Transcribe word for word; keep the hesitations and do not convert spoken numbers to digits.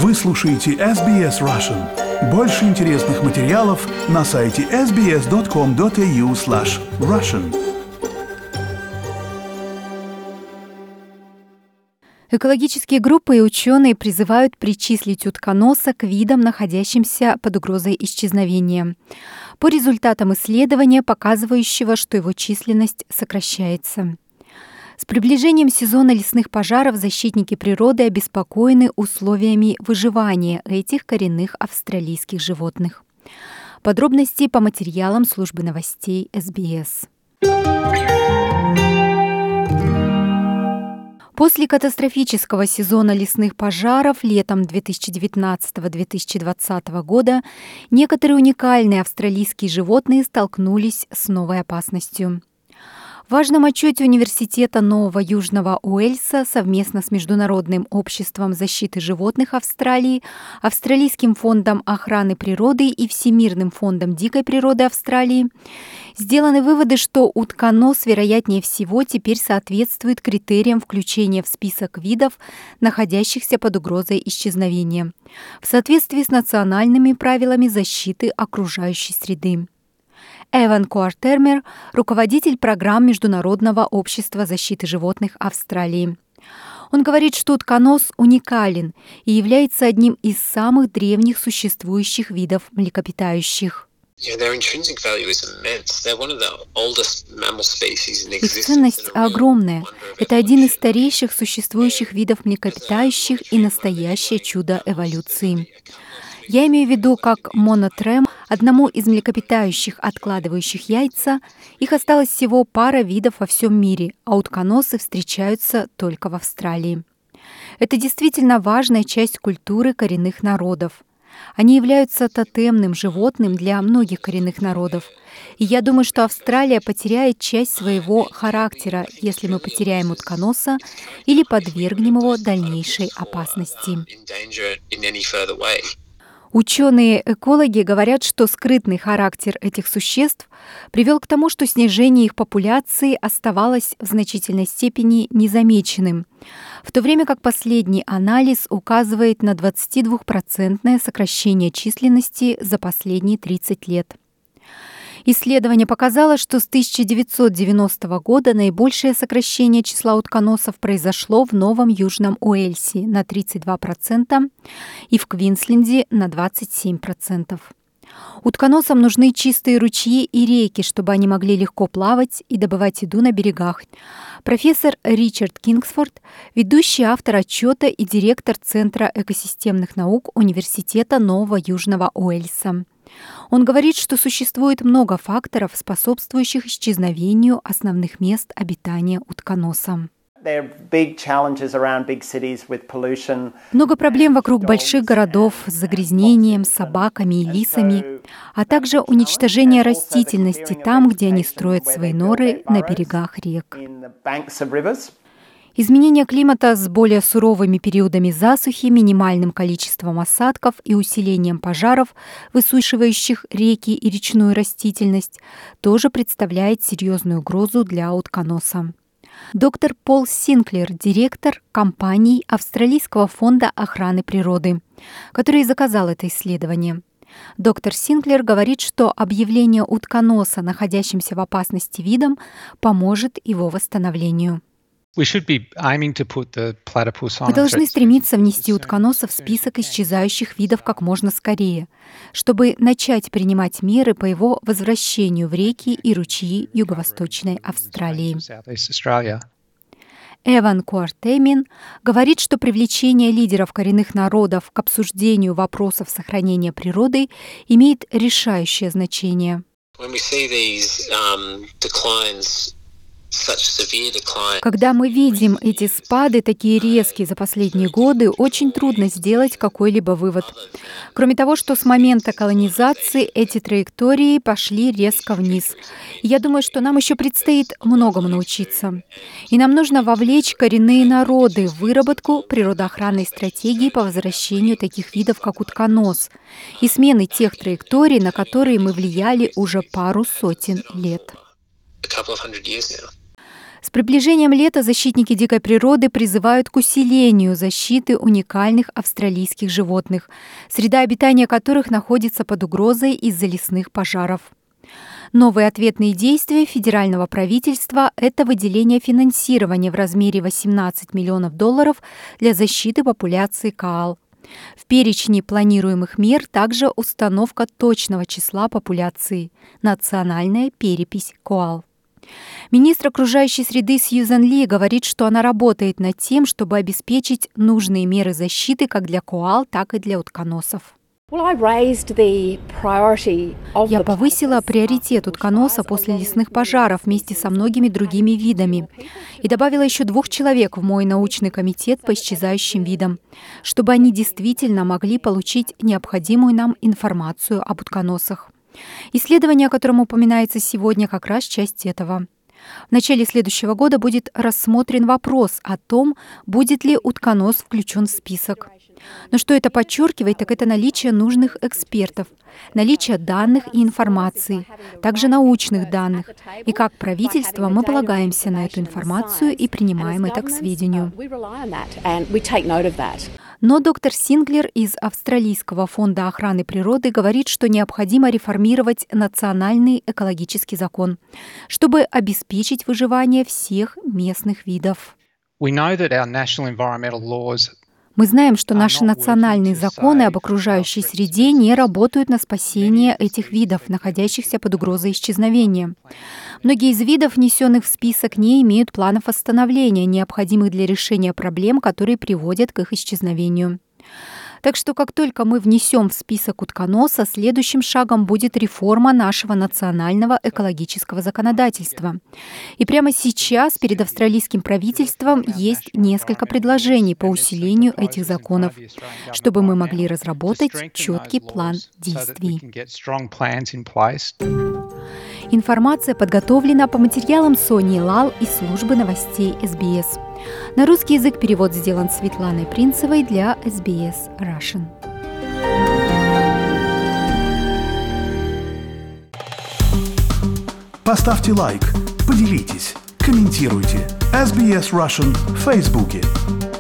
Вы слушаете эс би эс Russian. Больше интересных материалов на сайте эс би эс точка ком точка эй ю слэш Russian. Экологические группы и ученые призывают причислить утконоса к видам, находящимся под угрозой исчезновения, по результатам исследования, показывающего, что его численность сокращается. С приближением сезона лесных пожаров защитники природы обеспокоены условиями выживания этих коренных австралийских животных. Подробности по материалам службы новостей эс би эс. После катастрофического сезона лесных пожаров летом две тысячи девятнадцатого - две тысячи двадцатого года некоторые уникальные австралийские животные столкнулись с новой опасностью. В важном отчете Университета Нового Южного Уэльса совместно с Международным обществом защиты животных Австралии, Австралийским фондом охраны природы и Всемирным фондом дикой природы Австралии сделаны выводы, что утконос, вероятнее всего, теперь соответствует критериям включения в список видов, находящихся под угрозой исчезновения, в соответствии с национальными правилами защиты окружающей среды. Эван Куартермер, руководитель программ Международного общества защиты животных Австралии. Он говорит, что утконос уникален и является одним из самых древних существующих видов млекопитающих. Их ценность огромная. Это один из старейших существующих видов млекопитающих и настоящее чудо эволюции. Я имею в виду как монотрем, одному из млекопитающих, откладывающих яйца. Их осталось всего пара видов во всем мире, а утконосы встречаются только в Австралии. Это действительно важная часть культуры коренных народов. Они являются тотемным животным для многих коренных народов. И я думаю, что Австралия потеряет часть своего характера, если мы потеряем утконоса или подвергнем его дальнейшей опасности. Ученые-экологи говорят, что скрытный характер этих существ привел к тому, что снижение их популяции оставалось в значительной степени незамеченным, в то время как последний анализ указывает на двадцатидвухпроцентное сокращение численности за последние тридцать лет. Исследование показало, что с тысяча девятьсот девяностого года наибольшее сокращение числа утконосов произошло в Новом Южном Уэльсе на тридцать два процента и в Квинсленде на двадцать семь процентов. Утконосам нужны чистые ручьи и реки, чтобы они могли легко плавать и добывать еду на берегах. Профессор Ричард Кингсфорд, ведущий автор отчета и директор Центра экосистемных наук Университета Нового Южного Уэльса. Он говорит, что существует много факторов, способствующих исчезновению основных мест обитания утконоса. Много проблем вокруг больших городов с загрязнением, собаками и лисами, а также уничтожение растительности там, где они строят свои норы на берегах рек. Изменение климата с более суровыми периодами засухи, минимальным количеством осадков и усилением пожаров, высушивающих реки и речную растительность, тоже представляет серьезную угрозу для утконоса. Доктор Пол Синклер, директор компании Австралийского фонда охраны природы, который заказал это исследование. Доктор Синклер говорит, что объявление утконоса, находящимся в опасности видом, поможет его восстановлению. Мы должны стремиться внести утконоса в список исчезающих видов как можно скорее, чтобы начать принимать меры по его возвращению в реки и ручьи Юго-Восточной Австралии. Эван Куартемин говорит, что привлечение лидеров коренных народов к обсуждению вопросов сохранения природы имеет решающее значение. Когда мы видим эти спады, такие резкие за последние годы, очень трудно сделать какой-либо вывод. Кроме того, что с момента колонизации эти траектории пошли резко вниз. И я думаю, что нам еще предстоит многому научиться. И нам нужно вовлечь коренные народы в выработку природоохранной стратегии по возвращению таких видов, как утконос, и смены тех траекторий, на которые мы влияли уже пару сотен лет. С приближением лета защитники дикой природы призывают к усилению защиты уникальных австралийских животных, среда обитания которых находится под угрозой из-за лесных пожаров. Новые ответные действия федерального правительства – это выделение финансирования в размере восемнадцать миллионов долларов для защиты популяции коал. В перечне планируемых мер также установка точного числа популяции – национальная перепись коал. Министр окружающей среды Сьюзан Ли говорит, что она работает над тем, чтобы обеспечить нужные меры защиты как для коал, так и для утконосов. Я повысила приоритет утконоса после лесных пожаров вместе со многими другими видами и добавила еще двух человек в мой научный комитет по исчезающим видам, чтобы они действительно могли получить необходимую нам информацию об утконосах. Исследование, о котором упоминается сегодня, как раз часть этого. В начале следующего года будет рассмотрен вопрос о том, будет ли утконос включен в список. Но что это подчеркивает, так это наличие нужных экспертов, наличие данных и информации, также научных данных. И как правительство мы полагаемся на эту информацию и принимаем это к сведению. Но доктор Синглер из Австралийского фонда охраны природы говорит, что необходимо реформировать национальный экологический закон, чтобы обеспечить выживание всех местных видов. Мы знаем, что наши национальные законы об окружающей среде не работают на спасение этих видов, находящихся под угрозой исчезновения. Многие из видов, внесенных в список, не имеют планов восстановления, необходимых для решения проблем, которые приводят к их исчезновению. Так что как только мы внесем в список утконоса, следующим шагом будет реформа нашего национального экологического законодательства. И прямо сейчас перед австралийским правительством есть несколько предложений по усилению этих законов, чтобы мы могли разработать четкий план действий. Информация подготовлена по материалам Сони Лал из службы новостей эс би эс. На русский язык перевод сделан Светланой Принцевой для эс би эс Russian. Поставьте лайк, поделитесь, комментируйте. эс би эс Russian в Фейсбуке.